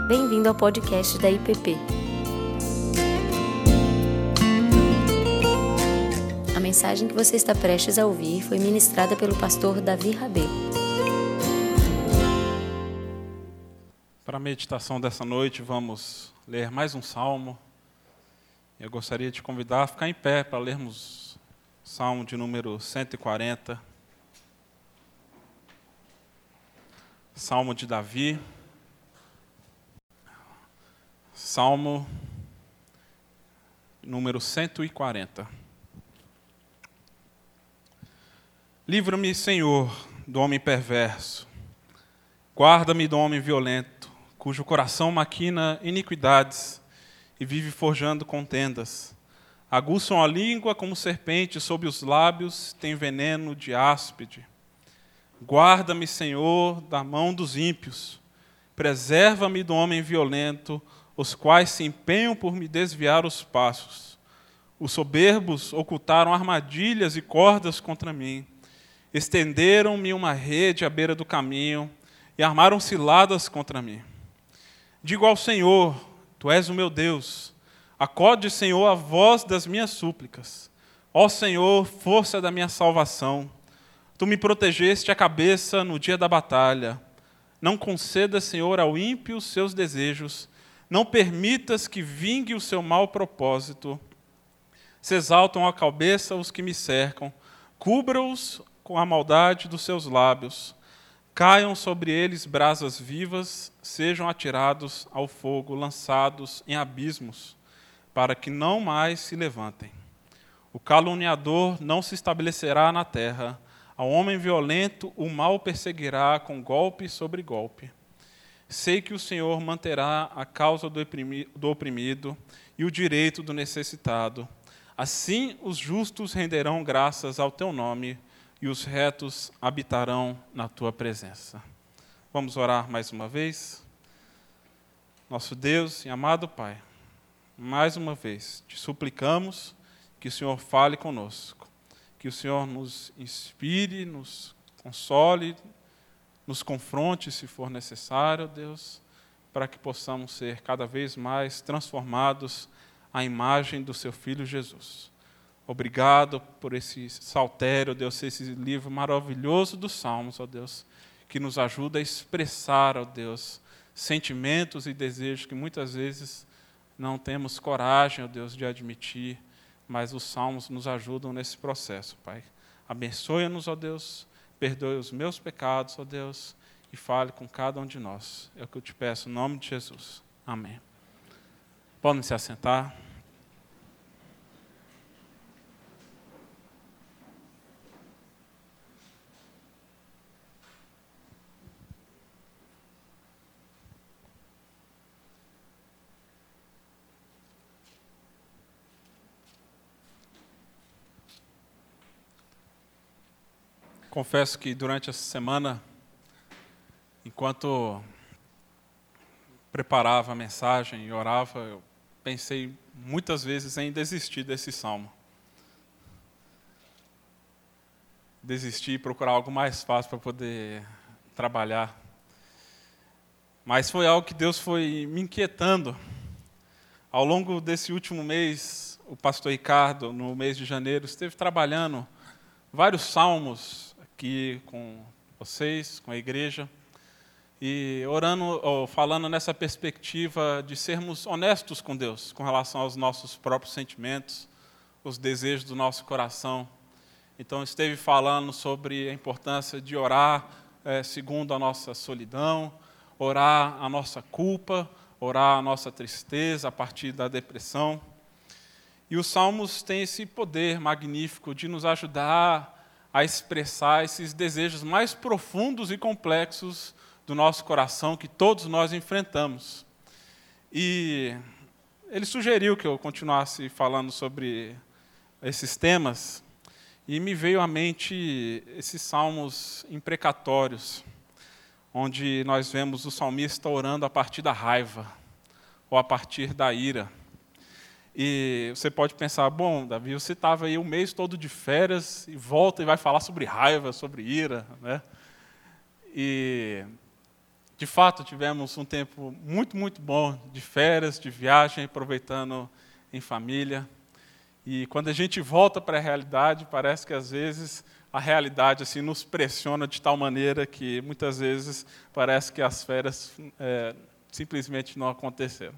Bem-vindo ao podcast da IPP. A mensagem que você está prestes a ouvir foi ministrada pelo pastor Davi Rabelo. Para a meditação dessa noite, vamos ler mais um salmo. Eu gostaria de te convidar a ficar em pé para lermos o salmo de número 140. Salmo de Davi. Salmo número 140. Livra-me, Senhor, do homem perverso. Guarda-me do homem violento, cujo coração maquina iniquidades e vive forjando contendas. Aguçam a língua como serpente, sob os lábios tem veneno de áspide. Guarda-me, Senhor, da mão dos ímpios. Preserva-me do homem violento, os quais se empenham por me desviar os passos. Os soberbos ocultaram armadilhas e cordas contra mim. Estenderam-me uma rede à beira do caminho e armaram ciladas contra mim. Digo ao Senhor, Tu és o meu Deus. Acode, Senhor, a voz das minhas súplicas. Ó Senhor, força da minha salvação. Tu me protegeste a cabeça no dia da batalha. Não conceda, Senhor, ao ímpio os seus desejos. Não permitas que vingue o seu mau propósito. Se exaltam a cabeça os que me cercam. Cubra-os com a maldade dos seus lábios. Caiam sobre eles brasas vivas, sejam atirados ao fogo, lançados em abismos, para que não mais se levantem. O caluniador não se estabelecerá na terra. Ao homem violento o mal perseguirá com golpe sobre golpe. Sei que o Senhor manterá a causa do oprimido e o direito do necessitado. Assim os justos renderão graças ao teu nome e os retos habitarão na tua presença. Vamos orar mais uma vez? Nosso Deus e amado Pai, mais uma vez te suplicamos que o Senhor fale conosco. Que o Senhor nos inspire, nos console, nos confronte se for necessário, Deus, para que possamos ser cada vez mais transformados à imagem do Seu Filho Jesus. Obrigado por esse saltério, Deus, esse livro maravilhoso dos Salmos, ó Deus, que nos ajuda a expressar, ó Deus, sentimentos e desejos que muitas vezes não temos coragem, ó Deus, de admitir. Mas os salmos nos ajudam nesse processo, Pai. Abençoe-nos, ó Deus, perdoe os meus pecados, ó Deus, e fale com cada um de nós. É o que eu te peço, em nome de Jesus. Amém. Podem se assentar. Confesso que durante essa semana, enquanto preparava a mensagem e orava, eu pensei muitas vezes em desistir desse salmo. Desistir e procurar algo mais fácil para poder trabalhar. Mas foi algo que Deus foi me inquietando. Ao longo desse último mês, o pastor Ricardo, no mês de janeiro, esteve trabalhando vários salmos aqui com vocês, com a igreja, e orando, ou falando nessa perspectiva de sermos honestos com Deus, com relação aos nossos próprios sentimentos, os desejos do nosso coração. Então, esteve falando sobre a importância de orar segundo a nossa solidão, orar a nossa culpa, orar a nossa tristeza a partir da depressão. E os salmos têm esse poder magnífico de nos ajudar a expressar esses desejos mais profundos e complexos do nosso coração que todos nós enfrentamos. E ele sugeriu que eu continuasse falando sobre esses temas, e me veio à mente esses salmos imprecatórios, onde nós vemos o salmista orando a partir da raiva, ou a partir da ira. E você pode pensar, bom, Davi, você estava aí o mês todo de férias e volta e vai falar sobre raiva, sobre ira, né? E De fato, tivemos um tempo muito, muito bom de férias, de viagem, aproveitando em família. E quando a gente volta para a realidade, parece que às vezes a realidade assim nos pressiona de tal maneira que muitas vezes parece que as férias simplesmente não aconteceram.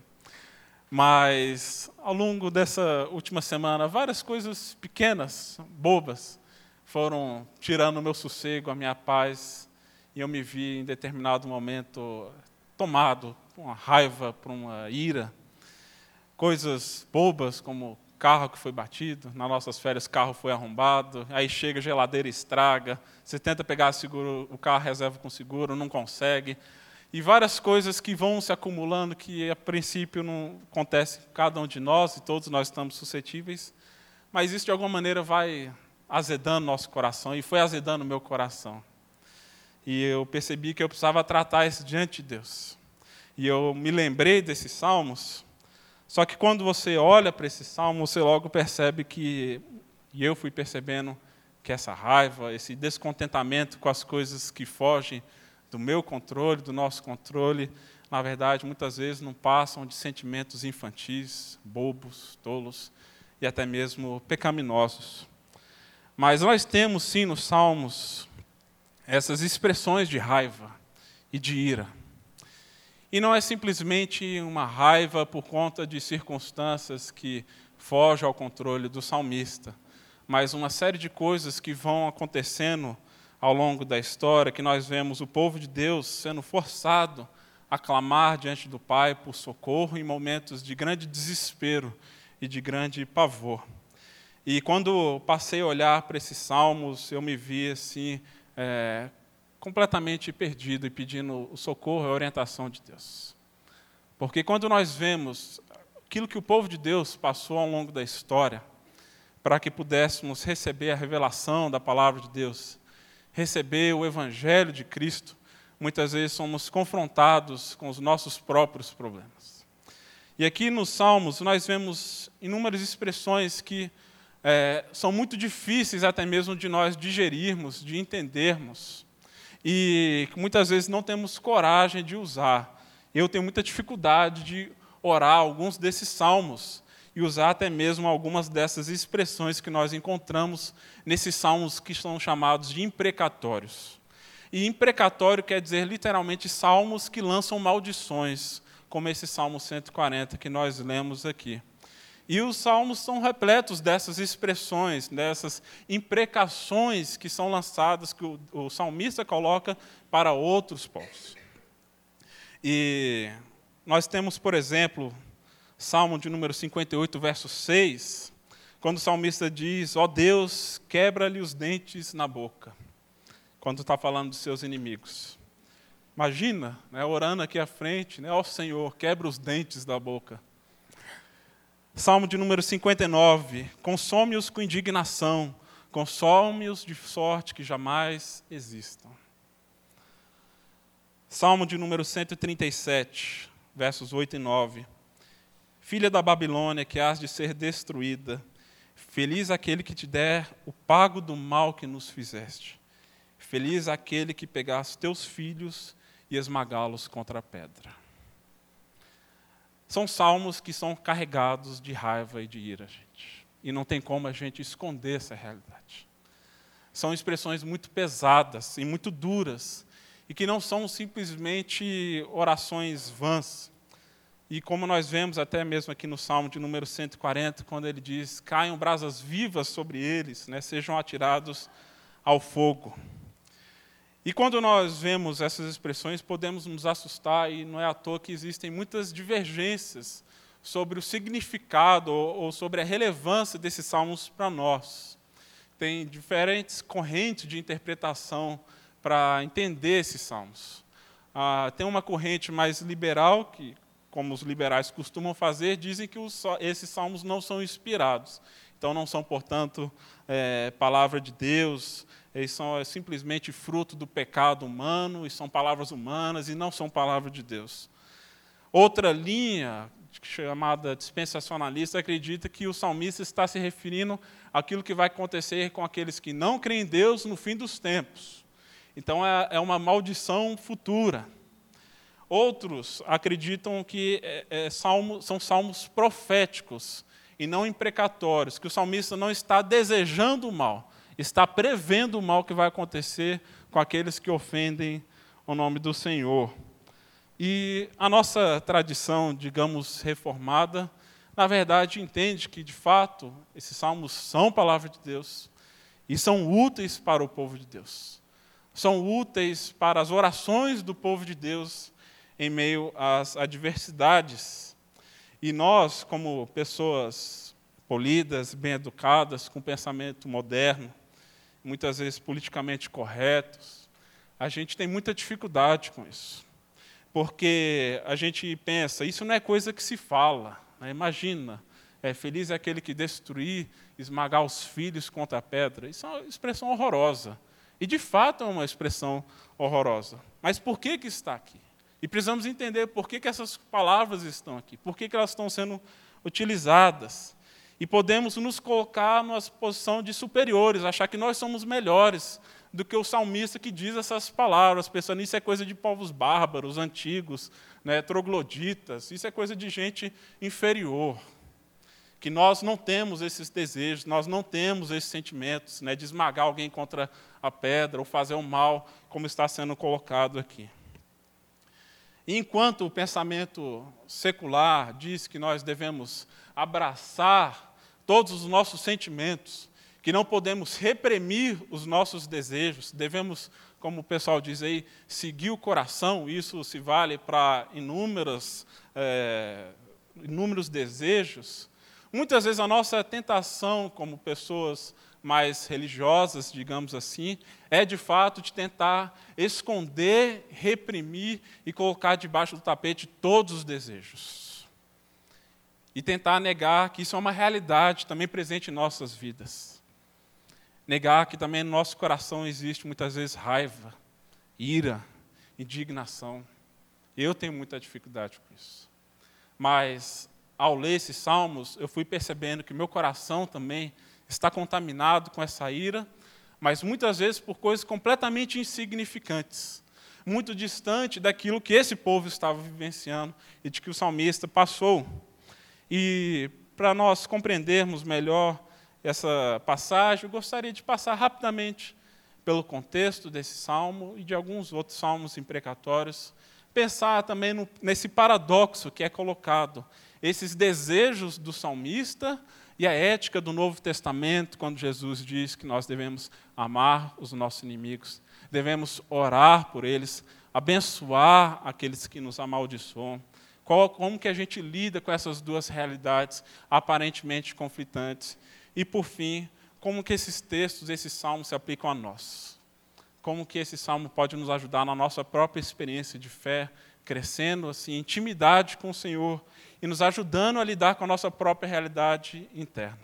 Mas ao longo dessa última semana, várias coisas pequenas, bobas, foram tirando o meu sossego, a minha paz, e eu me vi em determinado momento tomado por uma raiva, por uma ira. Coisas bobas como carro que foi batido, nas nossas férias carro foi arrombado, aí chega a geladeira e estraga, você tenta pegar seguro, o carro reserva com seguro, não consegue. E várias coisas que vão se acumulando, que a princípio não acontece com cada um de nós, e todos nós estamos suscetíveis, mas isso de alguma maneira vai azedando nosso coração, e foi azedando o meu coração. E eu percebi que eu precisava tratar isso diante de Deus. E eu me lembrei desses salmos, só que quando você olha para esse salmo, você logo percebe que, e eu fui percebendo que essa raiva, esse descontentamento com as coisas que fogem do meu controle, do nosso controle, na verdade, muitas vezes não passam de sentimentos infantis, bobos, tolos e até mesmo pecaminosos. Mas nós temos, sim, nos Salmos, essas expressões de raiva e de ira. E não é simplesmente uma raiva por conta de circunstâncias que fogem ao controle do salmista, mas uma série de coisas que vão acontecendo ao longo da história, que nós vemos o povo de Deus sendo forçado a clamar diante do Pai por socorro em momentos de grande desespero e de grande pavor. E quando passei a olhar para esses salmos, eu me vi assim, completamente perdido e pedindo o socorro e a orientação de Deus. Porque quando nós vemos aquilo que o povo de Deus passou ao longo da história, para que pudéssemos receber a revelação da palavra de Deus, receber o Evangelho de Cristo, muitas vezes somos confrontados com os nossos próprios problemas. E aqui nos Salmos nós vemos inúmeras expressões que são muito difíceis até mesmo de nós digerirmos, de entendermos, e que muitas vezes não temos coragem de usar. Eu tenho muita dificuldade de orar alguns desses salmos, e usar até mesmo algumas dessas expressões que nós encontramos nesses salmos que são chamados de imprecatórios. E imprecatório quer dizer literalmente salmos que lançam maldições, como esse Salmo 140 que nós lemos aqui. E os salmos são repletos dessas expressões, dessas imprecações que são lançadas, que o salmista coloca para outros povos. E nós temos, por exemplo, Salmo de número 58, verso 6, quando o salmista diz: ó Deus, quebra-lhe os dentes na boca, quando está falando dos seus inimigos. Imagina, orando aqui à frente, ó Senhor, quebra os dentes da boca. Salmo de número 59, consome-os com indignação, consome-os de sorte que jamais existam. Salmo de número 137, versos 8 e 9. Filha da Babilônia, que hás de ser destruída, feliz aquele que te der o pago do mal que nos fizeste. Feliz aquele que pegasse teus filhos e esmagá-los contra a pedra. São salmos que são carregados de raiva e de ira, gente. E não tem como a gente esconder essa realidade. São expressões muito pesadas e muito duras, e que não são simplesmente orações vãs. E como nós vemos até mesmo aqui no Salmo de número 140, quando ele diz: caiam brasas vivas sobre eles, sejam atirados ao fogo. E quando nós vemos essas expressões, podemos nos assustar, e não é à toa que existem muitas divergências sobre o significado ou sobre a relevância desses salmos para nós. Tem diferentes correntes de interpretação para entender esses salmos. Tem uma corrente mais liberal, que, como os liberais costumam fazer, dizem que esses salmos não são inspirados. Então, não são, portanto, palavra de Deus, eles são simplesmente fruto do pecado humano, e são palavras humanas, e não são palavra de Deus. Outra linha, chamada dispensacionalista, acredita que o salmista está se referindo àquilo que vai acontecer com aqueles que não creem em Deus no fim dos tempos. Então, é uma maldição futura. Outros acreditam que são salmos proféticos e não imprecatórios, que o salmista não está desejando o mal, está prevendo o mal que vai acontecer com aqueles que ofendem o nome do Senhor. E a nossa tradição, digamos, reformada, na verdade, entende que, de fato, esses salmos são palavra de Deus e são úteis para o povo de Deus. São úteis para as orações do povo de Deus em meio às adversidades. E nós, como pessoas polidas, bem-educadas, com pensamento moderno, muitas vezes politicamente corretos, a gente tem muita dificuldade com isso. Porque a gente pensa, isso não é coisa que se fala. Né? Imagina, feliz é aquele que destruir, esmagar os filhos contra a pedra. Isso é uma expressão horrorosa. E, de fato, é uma expressão horrorosa. Mas por que está aqui? E precisamos entender por que essas palavras estão aqui, por que elas estão sendo utilizadas. E podemos nos colocar numa posição de superiores, achar que nós somos melhores do que o salmista que diz essas palavras, pensando isso é coisa de povos bárbaros, antigos, né, trogloditas, isso é coisa de gente inferior. Que nós não temos esses desejos, nós não temos esses sentimentos, né, de esmagar alguém contra a pedra ou fazer o mal, como está sendo colocado aqui. E enquanto o pensamento secular diz que nós devemos abraçar todos os nossos sentimentos, que não podemos reprimir os nossos desejos, devemos, como o pessoal diz aí, seguir o coração, isso se vale para inúmeros desejos. Muitas vezes a nossa tentação, como pessoas mais religiosas, digamos assim, é de fato de tentar esconder, reprimir e colocar debaixo do tapete todos os desejos. E tentar negar que isso é uma realidade também presente em nossas vidas. Negar que também no nosso coração existe muitas vezes raiva, ira, indignação. Eu tenho muita dificuldade com isso. Mas, ao ler esses salmos, eu fui percebendo que meu coração também está contaminado com essa ira, mas muitas vezes por coisas completamente insignificantes, muito distante daquilo que esse povo estava vivenciando e de que o salmista passou. E para nós compreendermos melhor essa passagem, eu gostaria de passar rapidamente pelo contexto desse salmo e de alguns outros salmos imprecatórios, pensar também nesse paradoxo que é colocado, esses desejos do salmista e a ética do Novo Testamento, quando Jesus diz que nós devemos amar os nossos inimigos, devemos orar por eles, abençoar aqueles que nos amaldiçoam. Como que a gente lida com essas duas realidades aparentemente conflitantes? E, por fim, como que esses textos, esses salmos se aplicam a nós? Como que esse salmo pode nos ajudar na nossa própria experiência de fé, crescendo assim, em intimidade com o Senhor e nos ajudando a lidar com a nossa própria realidade interna.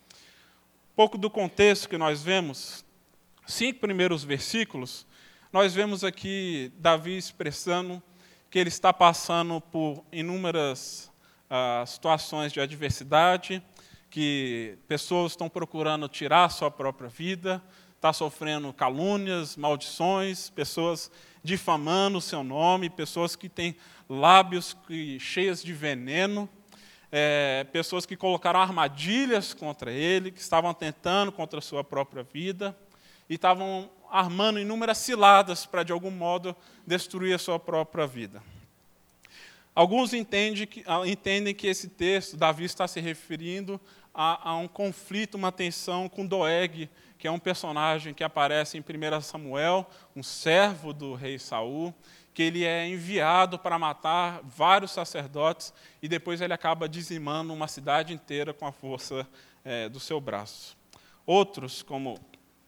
Um pouco do contexto que nós vemos, 5 primeiros versículos, nós vemos aqui Davi expressando que ele está passando por inúmeras situações de adversidade, que pessoas estão procurando tirar a sua própria vida, está sofrendo calúnias, maldições, pessoas difamando o seu nome, pessoas que têm lábios cheios de veneno, pessoas que colocaram armadilhas contra ele, que estavam tentando contra a sua própria vida e estavam armando inúmeras ciladas para, de algum modo, destruir a sua própria vida. Alguns entendem que esse texto, Davi está se referindo a um conflito, uma tensão com Doeg, que é um personagem que aparece em 1 Samuel, um servo do rei Saul, que ele é enviado para matar vários sacerdotes e depois ele acaba dizimando uma cidade inteira com a força do seu braço. Outros, como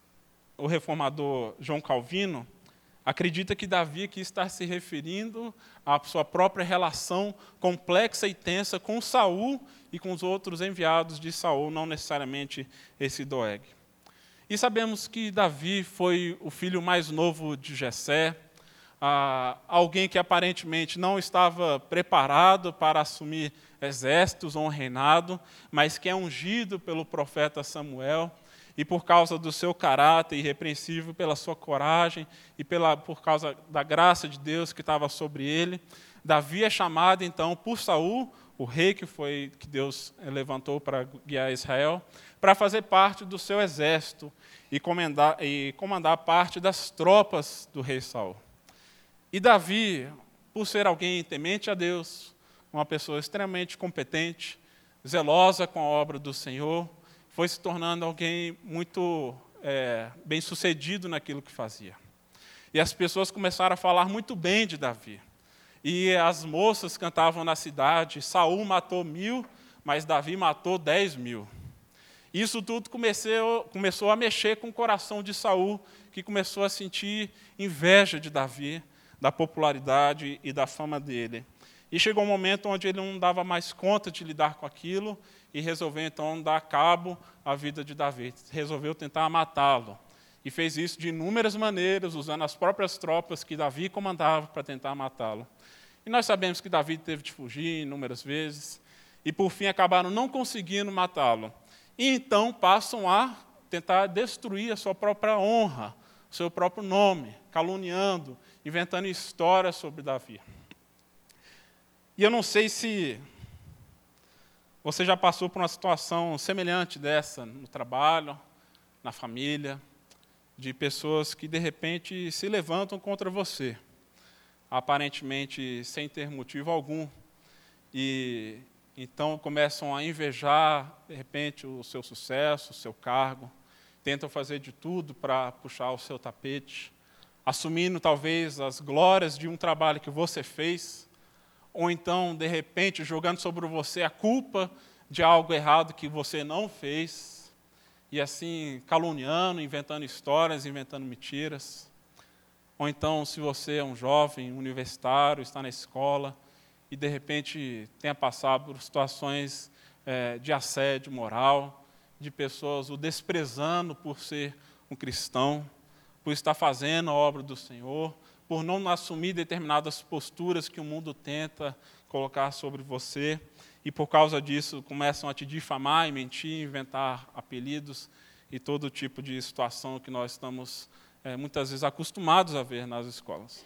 o reformador João Calvino, acredita que Davi aqui está se referindo à sua própria relação complexa e tensa com Saul e com os outros enviados de Saul, não necessariamente esse Doeg. E sabemos que Davi foi o filho mais novo de Jessé, alguém que aparentemente não estava preparado para assumir exércitos ou um reinado, mas que é ungido pelo profeta Samuel, e por causa do seu caráter irrepreensível, pela sua coragem e por causa da graça de Deus que estava sobre ele, Davi é chamado, então, por Saul, o rei que Deus levantou para guiar Israel, para fazer parte do seu exército e comandar parte das tropas do rei Saul. E Davi, por ser alguém temente a Deus, uma pessoa extremamente competente, zelosa com a obra do Senhor, foi se tornando alguém muito bem-sucedido naquilo que fazia. E as pessoas começaram a falar muito bem de Davi. E as moças cantavam na cidade, Saul matou 1000, mas Davi matou 10.000. Isso tudo começou a mexer com o coração de Saul, que começou a sentir inveja de Davi, da popularidade e da fama dele. E chegou um momento onde ele não dava mais conta de lidar com aquilo e resolveu, então, dar cabo à vida de Davi. Resolveu tentar matá-lo. E fez isso de inúmeras maneiras, usando as próprias tropas que Davi comandava para tentar matá-lo. E nós sabemos que Davi teve de fugir inúmeras vezes, e por fim acabaram não conseguindo matá-lo. E então passam a tentar destruir a sua própria honra, o seu próprio nome, caluniando, inventando histórias sobre Davi. E eu não sei se você já passou por uma situação semelhante dessa no trabalho, na família, de pessoas que, de repente, se levantam contra você, aparentemente sem ter motivo algum, e então começam a invejar, de repente, o seu sucesso, o seu cargo, tentam fazer de tudo para puxar o seu tapete, assumindo, talvez, as glórias de um trabalho que você fez, ou então, de repente, jogando sobre você a culpa de algo errado que você não fez, e assim, caluniando, inventando histórias, inventando mentiras. Ou então, se você é um jovem universitário, está na escola, e de repente tenha passado por situações de assédio moral, de pessoas o desprezando por ser um cristão, por estar fazendo a obra do Senhor, por não assumir determinadas posturas que o mundo tenta colocar sobre você, e por causa disso começam a te difamar e mentir, inventar apelidos e todo tipo de situação que nós estamos muitas vezes acostumados a ver nas escolas.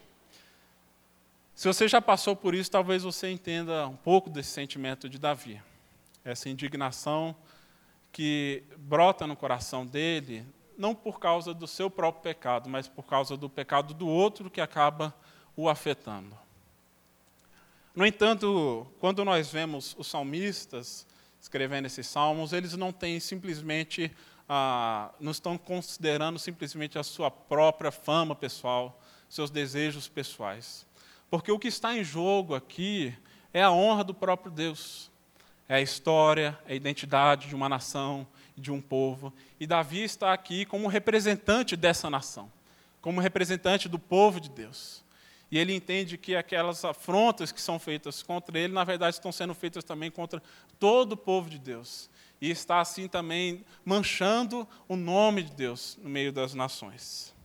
Se você já passou por isso, talvez você entenda um pouco desse sentimento de Davi, essa indignação que brota no coração dele, não por causa do seu próprio pecado, mas por causa do pecado do outro que acaba o afetando. No entanto, quando nós vemos os salmistas escrevendo esses salmos, eles não têm simplesmente, não estão considerando simplesmente a sua própria fama pessoal, seus desejos pessoais. Porque o que está em jogo aqui é a honra do próprio Deus. É a história, é a identidade de uma nação, de um povo. E Davi está aqui como representante dessa nação, como representante do povo de Deus. E ele entende que aquelas afrontas que são feitas contra ele, na verdade, estão sendo feitas também contra todo o povo de Deus. E está, assim, também manchando o nome de Deus no meio das nações.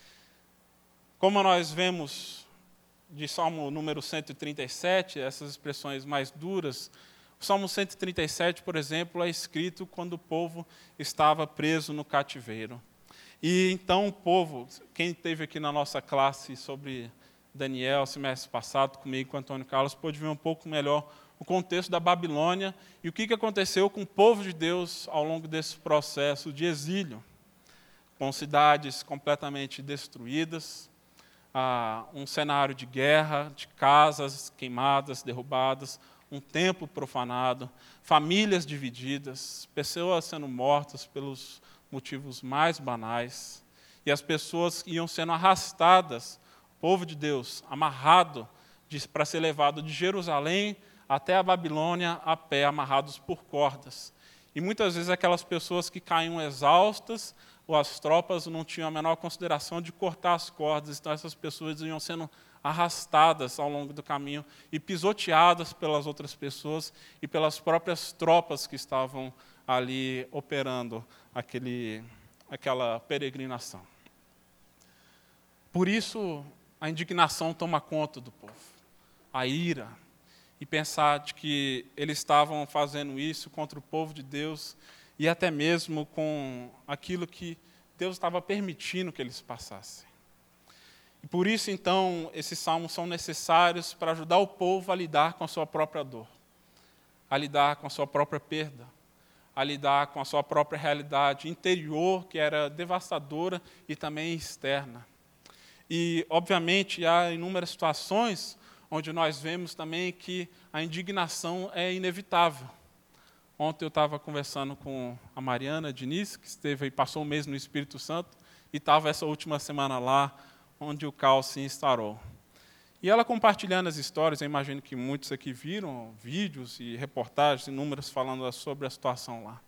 Como nós vemos de Salmo número 137, essas expressões mais duras, o Salmo 137, por exemplo, é escrito quando o povo estava preso no cativeiro. E então o povo, quem esteve aqui na nossa classe sobre Daniel, semestre passado, comigo, com o Antônio Carlos, pôde ver um pouco melhor o contexto da Babilônia e o que aconteceu com o povo de Deus ao longo desse processo de exílio, com cidades completamente destruídas, um cenário de guerra, de casas queimadas, derrubadas, um templo profanado, famílias divididas, pessoas sendo mortas pelos motivos mais banais, e as pessoas iam sendo arrastadas, o povo de Deus, amarrado para ser levado de Jerusalém até a Babilônia a pé, amarrados por cordas. E muitas vezes aquelas pessoas que caíam exaustas, ou as tropas não tinham a menor consideração de cortar as cordas, então essas pessoas iam sendo arrastadas ao longo do caminho e pisoteadas pelas outras pessoas e pelas próprias tropas que estavam ali operando aquela peregrinação. Por isso, a indignação toma conta do povo, a ira, e pensar de que eles estavam fazendo isso contra o povo de Deus e até mesmo com aquilo que Deus estava permitindo que eles passassem. E por isso, então, esses salmos são necessários para ajudar o povo a lidar com a sua própria dor, a lidar com a sua própria perda, a lidar com a sua própria realidade interior, que era devastadora e também externa. E, obviamente, há inúmeras situações onde nós vemos também que a indignação é inevitável. Ontem eu estava conversando com a Mariana Diniz, que esteve aí, passou um mês no Espírito Santo, e estava essa última semana lá, onde o caos se instaurou. E ela compartilhando as histórias, eu imagino que muitos aqui viram vídeos e reportagens inúmeras falando sobre a situação lá,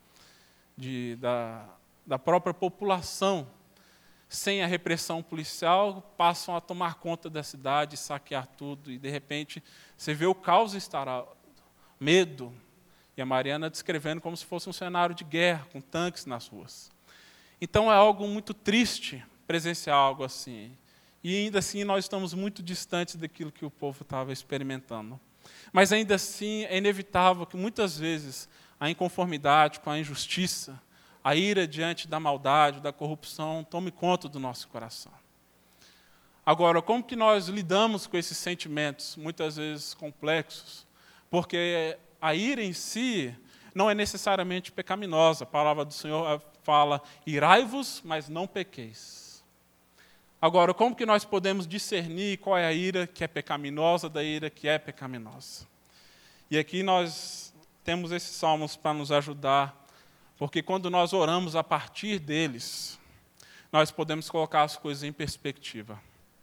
da própria população, sem a repressão policial, passam a tomar conta da cidade, saquear tudo, e de repente você vê o caos instaurado, medo, e a Mariana descrevendo como se fosse um cenário de guerra, com tanques nas ruas. Então é algo muito triste presenciar algo assim. E ainda assim nós estamos muito distantes daquilo que o povo estava experimentando. Mas ainda assim é inevitável que muitas vezes a inconformidade com a injustiça, a ira diante da maldade, da corrupção, tome conta do nosso coração. Agora, como que nós lidamos com esses sentimentos, muitas vezes complexos? Porque a ira em si não é necessariamente pecaminosa. A palavra do Senhor fala, irai-vos, mas não pequeis. Agora, como que nós podemos discernir qual é a ira que é pecaminosa da ira que é pecaminosa? E aqui nós temos esses salmos para nos ajudar, porque quando nós oramos a partir deles, nós podemos colocar as coisas em perspectiva.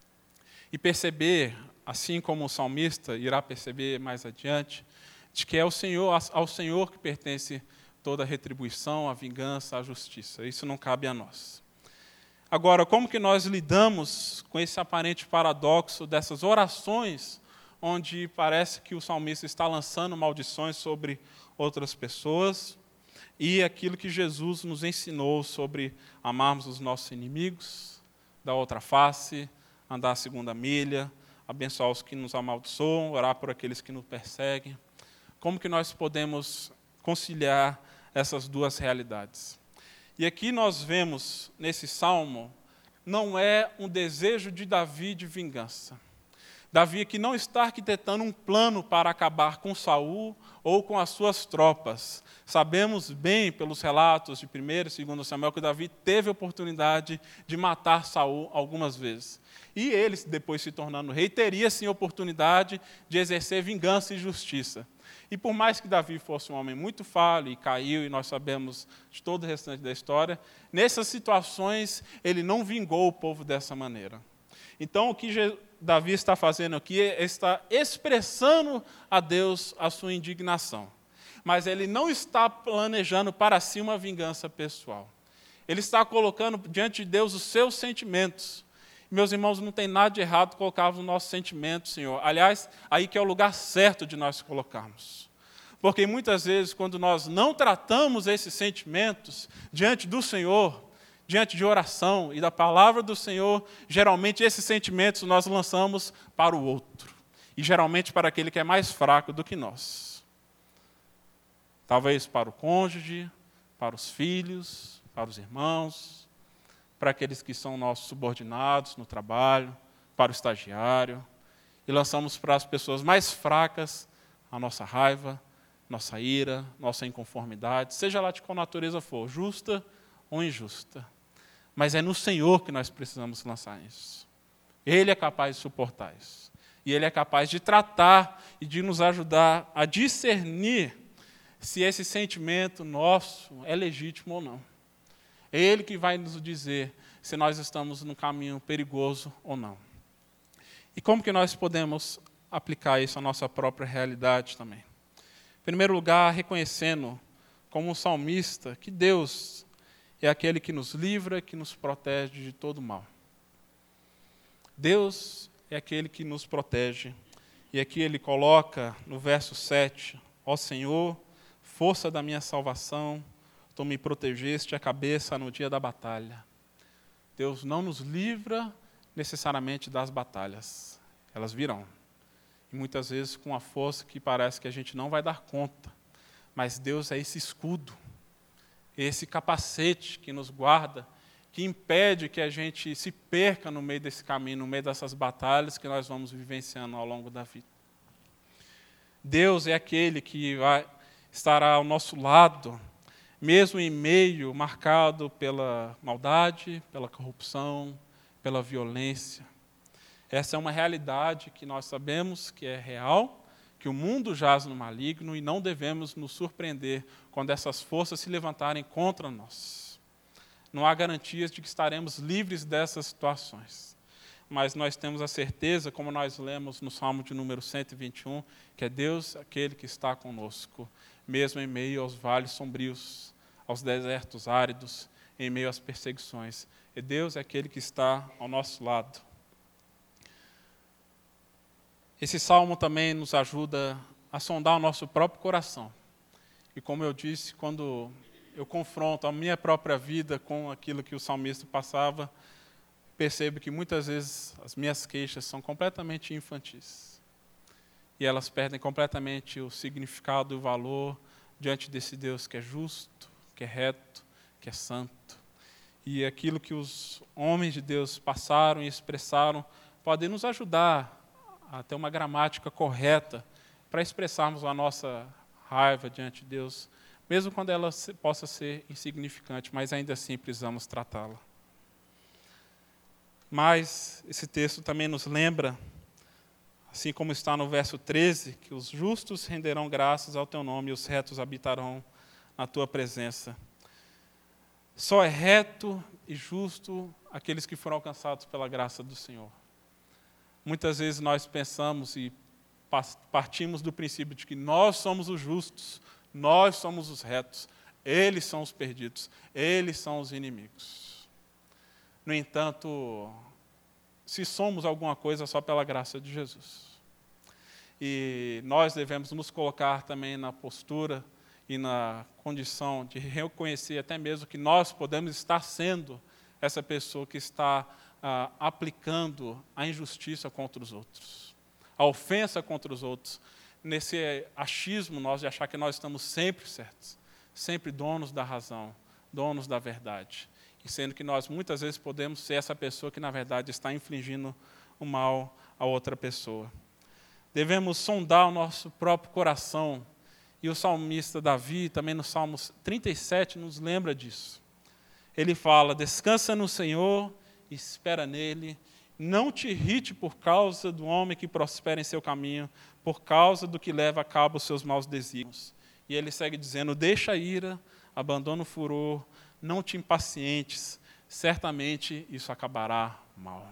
E perceber, assim como o salmista irá perceber mais adiante, de que é ao Senhor que pertence toda a retribuição, a vingança, a justiça. Isso não cabe a nós. Agora, como que nós lidamos com esse aparente paradoxo dessas orações, onde parece que o salmista está lançando maldições sobre outras pessoas, e aquilo que Jesus nos ensinou sobre amarmos os nossos inimigos, dar outra face, andar a segunda milha, abençoar os que nos amaldiçoam, orar por aqueles que nos perseguem. Como que nós podemos conciliar essas duas realidades? E aqui nós vemos, nesse salmo, não é um desejo de Davi de vingança. Davi aqui não está arquitetando um plano para acabar com Saul ou com as suas tropas. Sabemos bem, pelos relatos de 1º e 2º Samuel, que Davi teve a oportunidade de matar Saul algumas vezes. E ele, depois se tornando rei, teria sim a oportunidade de exercer vingança e justiça. E por mais que Davi fosse um homem muito falho e caiu, e nós sabemos de todo o restante da história, nessas situações ele não vingou o povo dessa maneira. Então o que Davi está fazendo aqui é está expressando a Deus a sua indignação. Mas ele não está planejando para si uma vingança pessoal. Ele está colocando diante de Deus os seus sentimentos. Meus irmãos, não tem nada de errado colocar os nossos sentimentos, Senhor. Aliás, aí que é o lugar certo de nós colocarmos. Porque muitas vezes, quando nós não tratamos esses sentimentos diante do Senhor, diante de oração e da palavra do Senhor, geralmente esses sentimentos nós lançamos para o outro. E geralmente para aquele que é mais fraco do que nós. Talvez para o cônjuge, para os filhos, para os irmãos, para aqueles que são nossos subordinados no trabalho, para o estagiário, e lançamos para as pessoas mais fracas a nossa raiva, nossa ira, nossa inconformidade, seja lá de qual natureza for, justa ou injusta. Mas é no Senhor que nós precisamos lançar isso. Ele é capaz de suportar isso. E Ele é capaz de tratar e de nos ajudar a discernir se esse sentimento nosso é legítimo ou não. É Ele que vai nos dizer se nós estamos num caminho perigoso ou não. E como que nós podemos aplicar isso à nossa própria realidade também? Em primeiro lugar, reconhecendo como um salmista que Deus é aquele que nos livra, que nos protege de todo mal. Deus é aquele que nos protege. E aqui ele coloca no verso 7, ó Senhor, força da minha salvação, tu me protegeste a cabeça no dia da batalha. Deus não nos livra necessariamente das batalhas. Elas virão. E muitas vezes com a força que parece que a gente não vai dar conta. Mas Deus é esse escudo. esse capacete que nos guarda, que impede que a gente se perca no meio desse caminho, no meio dessas batalhas que nós vamos vivenciando ao longo da vida. Deus é aquele que vai estará ao nosso lado, mesmo em meio marcado pela maldade, pela corrupção, pela violência. Essa é uma realidade que nós sabemos que é real, que o mundo jaz no maligno e não devemos nos surpreender quando essas forças se levantarem contra nós. Não há garantias de que estaremos livres dessas situações. Mas nós temos a certeza, como nós lemos no Salmo de número 121, que é Deus aquele que está conosco, mesmo em meio aos vales sombrios, aos desertos áridos, em meio às perseguições. E Deus é aquele que está ao nosso lado. Esse salmo também nos ajuda a sondar o nosso próprio coração. E como eu disse, quando eu confronto a minha própria vida com aquilo que o salmista passava, percebo que muitas vezes as minhas queixas são completamente infantis. E elas perdem completamente o significado e o valor diante desse Deus que é justo, que é reto, que é santo. E aquilo que os homens de Deus passaram e expressaram pode nos ajudar a ter uma gramática correta para expressarmos a nossa raiva diante de Deus, mesmo quando ela possa ser insignificante, mas ainda assim precisamos tratá-la. Mas esse texto também nos lembra, assim como está no verso 13, que os justos renderão graças ao teu nome e os retos habitarão na tua presença. Só é reto e justo aqueles que foram alcançados pela graça do Senhor. Muitas vezes nós pensamos e partimos do princípio de que nós somos os justos, nós somos os retos, eles são os perdidos, eles são os inimigos. No entanto, se somos alguma coisa só pela graça de Jesus. E nós devemos nos colocar também na postura e na condição de reconhecer até mesmo que nós podemos estar sendo essa pessoa que está aplicando a injustiça contra os outros, a ofensa contra os outros, nesse achismo nós de achar que nós estamos sempre certos, sempre donos da razão, donos da verdade, e sendo que nós muitas vezes podemos ser essa pessoa que na verdade está infligindo o mal a outra pessoa. Devemos sondar o nosso próprio coração, e o salmista Davi, também no Salmo 37, nos lembra disso. Ele fala: descansa no Senhor, espera nele, não te irrite por causa do homem que prospera em seu caminho, por causa do que leva a cabo os seus maus desígnios. E ele segue dizendo: deixa a ira, abandona o furor, não te impacientes, certamente isso acabará mal.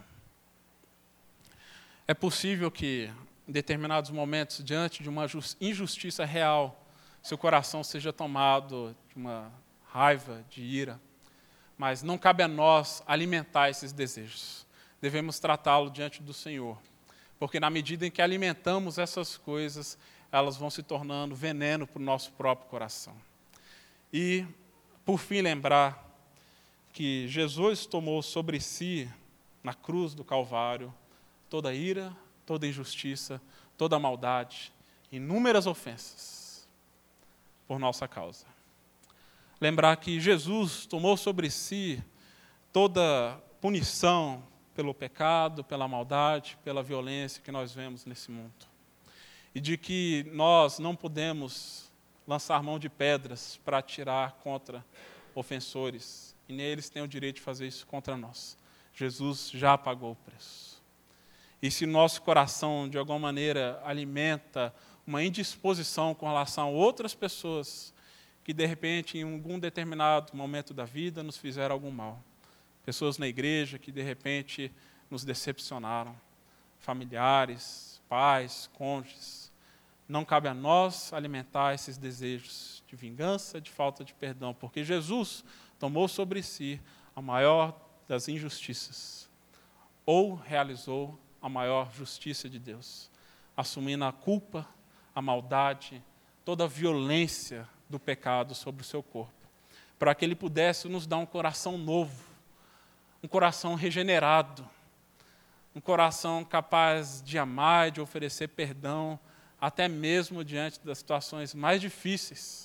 É possível que, em determinados momentos, diante de uma injustiça real, seu coração seja tomado de uma raiva, de ira, mas não cabe a nós alimentar esses desejos. Devemos tratá-lo diante do Senhor, porque na medida em que alimentamos essas coisas, elas vão se tornando veneno para o nosso próprio coração. E, por fim, lembrar que Jesus tomou sobre si, na cruz do Calvário, toda a ira, toda a injustiça, toda a maldade, inúmeras ofensas por nossa causa. Lembrar que Jesus tomou sobre si toda punição pelo pecado, pela maldade, pela violência que nós vemos nesse mundo. E de que nós não podemos lançar mão de pedras para atirar contra ofensores, e nem eles têm o direito de fazer isso contra nós. Jesus já pagou o preço. E se nosso coração, de alguma maneira, alimenta uma indisposição com relação a outras pessoas que, de repente, em algum determinado momento da vida, nos fizeram algum mal. Pessoas na igreja que, de repente, nos decepcionaram. Familiares, pais, cônjuges. Não cabe a nós alimentar esses desejos de vingança, de falta de perdão, porque Jesus tomou sobre si a maior das injustiças, ou realizou a maior justiça de Deus, assumindo a culpa, a maldade, toda a violência do pecado sobre o seu corpo, para que Ele pudesse nos dar um coração novo, um coração regenerado, um coração capaz de amar e de oferecer perdão, até mesmo diante das situações mais difíceis,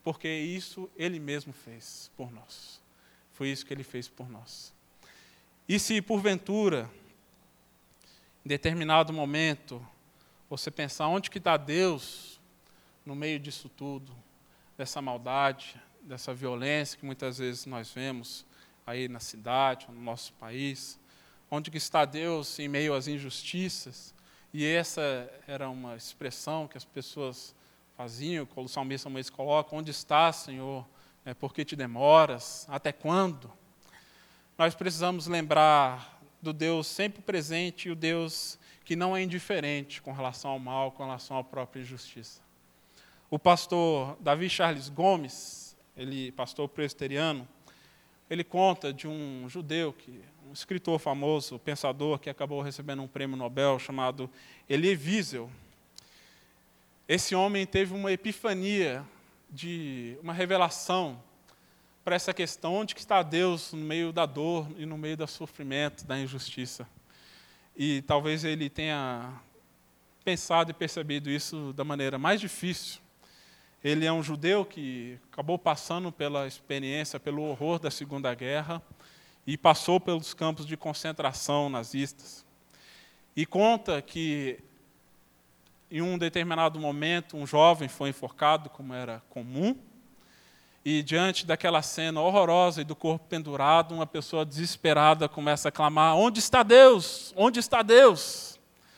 porque isso Ele mesmo fez por nós. Foi isso que Ele fez por nós. E se porventura, em determinado momento, você pensar onde que está Deus no meio disso tudo, dessa maldade, dessa violência que muitas vezes nós vemos aí na cidade, no nosso país, onde que está Deus em meio às injustiças? E essa era uma expressão que as pessoas faziam, o salmista Moisés coloca: onde está, Senhor? Por que te demoras? Até quando? Nós precisamos lembrar do Deus sempre presente e o Deus que não é indiferente com relação ao mal, com relação à própria injustiça. O pastor Davi Charles Gomes, pastor presbiteriano, ele conta de um judeu, um escritor famoso, pensador, que acabou recebendo um prêmio Nobel, chamado Elie Wiesel. Esse homem teve uma epifania, uma revelação para essa questão: onde que está Deus no meio da dor e no meio do sofrimento, da injustiça? E talvez ele tenha pensado e percebido isso da maneira mais difícil. Ele é um judeu que acabou passando pela experiência, pelo horror da Segunda Guerra e passou pelos campos de concentração nazistas. E conta que, em um determinado momento, um jovem foi enforcado, como era comum, e diante daquela cena horrorosa e do corpo pendurado, uma pessoa desesperada começa a clamar: onde está Deus? Onde está Deus?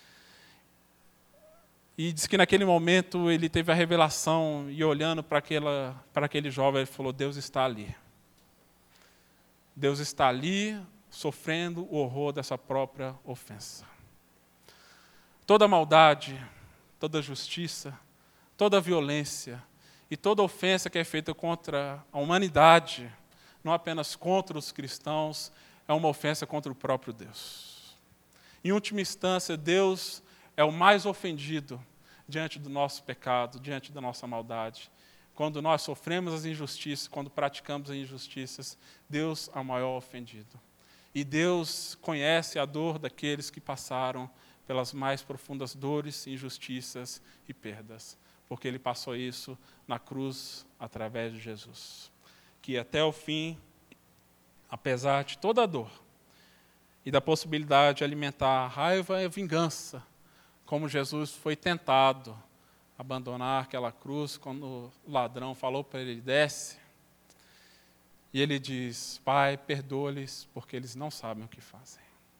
E diz que naquele momento ele teve a revelação, e olhando para aquele jovem, ele falou: Deus está ali. Deus está ali, sofrendo o horror dessa própria ofensa. Toda maldade, toda justiça, toda violência e toda ofensa que é feita contra a humanidade, não apenas contra os cristãos, é uma ofensa contra o próprio Deus. Em última instância, Deus é o mais ofendido diante do nosso pecado, diante da nossa maldade. Quando nós sofremos as injustiças, quando praticamos as injustiças, Deus é o maior ofendido. E Deus conhece a dor daqueles que passaram pelas mais profundas dores, injustiças e perdas, porque Ele passou isso na cruz através de Jesus. Que até o fim, apesar de toda a dor e da possibilidade de alimentar a raiva e a vingança, como Jesus foi tentado a abandonar aquela cruz, quando o ladrão falou para ele: desce, e ele diz: Pai, perdoa-lhes, porque eles não sabem o que fazem.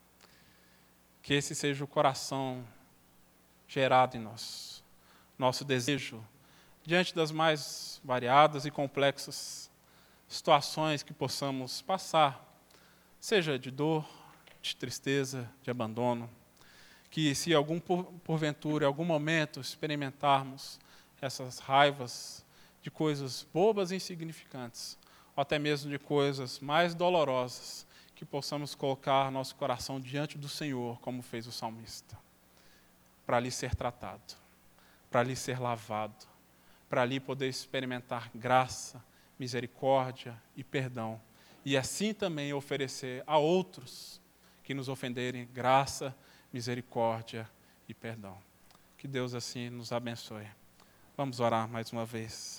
Que esse seja o coração gerado em nós, nosso desejo, diante das mais variadas e complexas situações que possamos passar, seja de dor, de tristeza, de abandono, que se porventura, em algum momento, experimentarmos essas raivas de coisas bobas e insignificantes, ou até mesmo de coisas mais dolorosas, que possamos colocar nosso coração diante do Senhor, como fez o salmista, para ali ser tratado, para ali ser lavado, para ali poder experimentar graça, misericórdia e perdão, e assim também oferecer a outros que nos ofenderem graça, misericórdia e perdão. Que Deus assim nos abençoe. Vamos orar mais uma vez.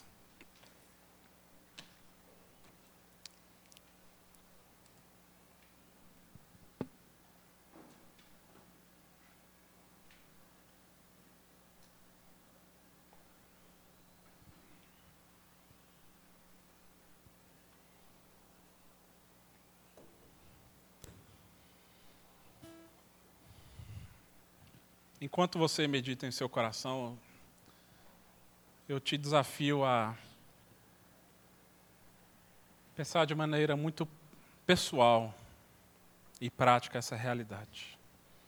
Enquanto você medita em seu coração, eu te desafio a pensar de maneira muito pessoal e prática essa realidade.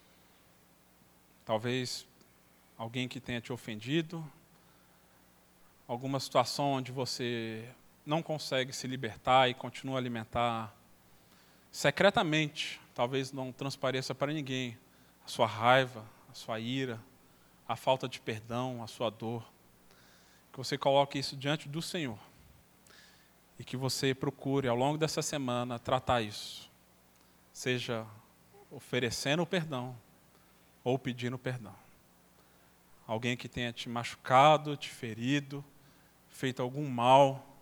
Talvez alguém que tenha te ofendido, alguma situação onde você não consegue se libertar e continua a alimentar secretamente, talvez não transpareça para ninguém, a sua raiva, a sua ira, a falta de perdão, a sua dor. Que você coloque isso diante do Senhor e que você procure, ao longo dessa semana, tratar isso. Seja oferecendo o perdão ou pedindo perdão. Alguém que tenha te machucado, te ferido, feito algum mal,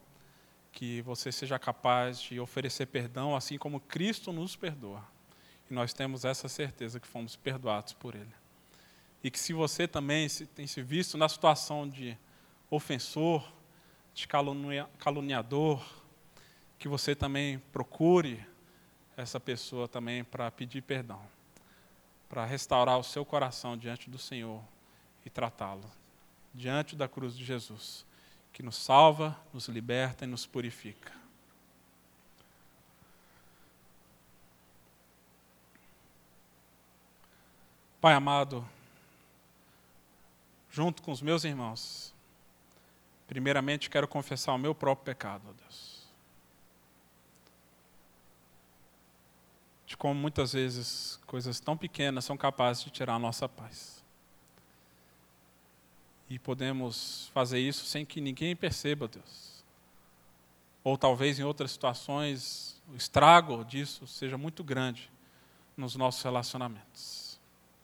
que você seja capaz de oferecer perdão, assim como Cristo nos perdoa. E nós temos essa certeza que fomos perdoados por Ele. E que se você também tem se visto na situação de ofensor, de caluniador, que você também procure essa pessoa também para pedir perdão, para restaurar o seu coração diante do Senhor e tratá-lo diante da cruz de Jesus, que nos salva, nos liberta e nos purifica. Pai amado, junto com os meus irmãos, primeiramente quero confessar o meu próprio pecado, ó Deus. De como muitas vezes coisas tão pequenas são capazes de tirar a nossa paz. E podemos fazer isso sem que ninguém perceba, Deus. Ou talvez em outras situações o estrago disso seja muito grande nos nossos relacionamentos.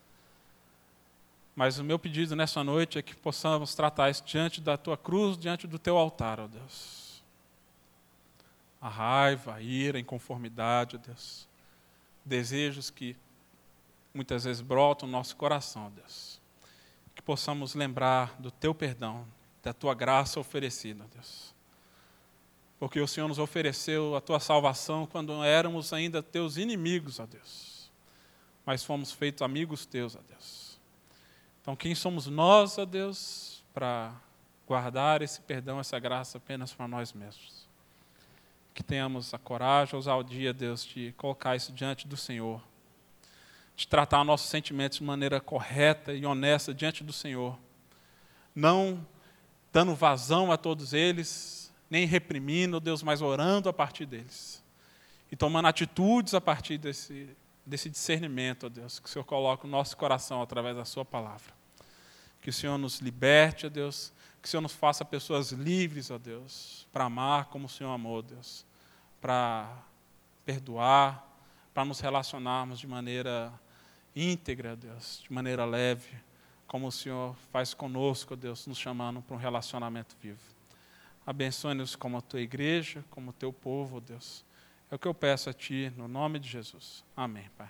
Mas o meu pedido nessa noite é que possamos tratar isso diante da Tua cruz, diante do Teu altar, ó Deus. A raiva, a ira, a inconformidade, ó Deus. Desejos que muitas vezes brotam no nosso coração, ó Deus. Que possamos lembrar do Teu perdão, da Tua graça oferecida, ó Deus. Porque o Senhor nos ofereceu a Tua salvação quando éramos ainda Teus inimigos, ó Deus. Mas fomos feitos amigos Teus, ó Deus. Então, quem somos nós, ó Deus, para guardar esse perdão, essa graça apenas para nós mesmos? Que tenhamos a coragem, a ousadia, Deus, de colocar isso diante do Senhor, de tratar nossos sentimentos de maneira correta e honesta diante do Senhor, não dando vazão a todos eles, nem reprimindo, Deus, mas orando a partir deles, e tomando atitudes a partir desse discernimento, ó Deus, que o Senhor coloca no nosso coração através da Sua palavra. Que o Senhor nos liberte, ó Deus, que o Senhor nos faça pessoas livres, ó Deus, para amar como o Senhor amou, Deus, para perdoar, para nos relacionarmos de maneira íntegra, Deus, de maneira leve, como o Senhor faz conosco, Deus, nos chamando para um relacionamento vivo. Abençoe-nos como a Tua igreja, como o Teu povo, Deus. É o que eu peço a Ti, no nome de Jesus. Amém, Pai.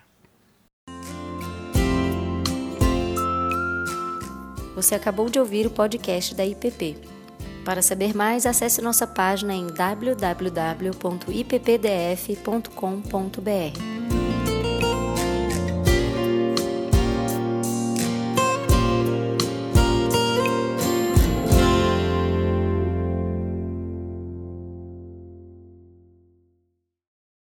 Você acabou de ouvir o podcast da IPP. Para saber mais, acesse nossa página em www.ippdf.com.br.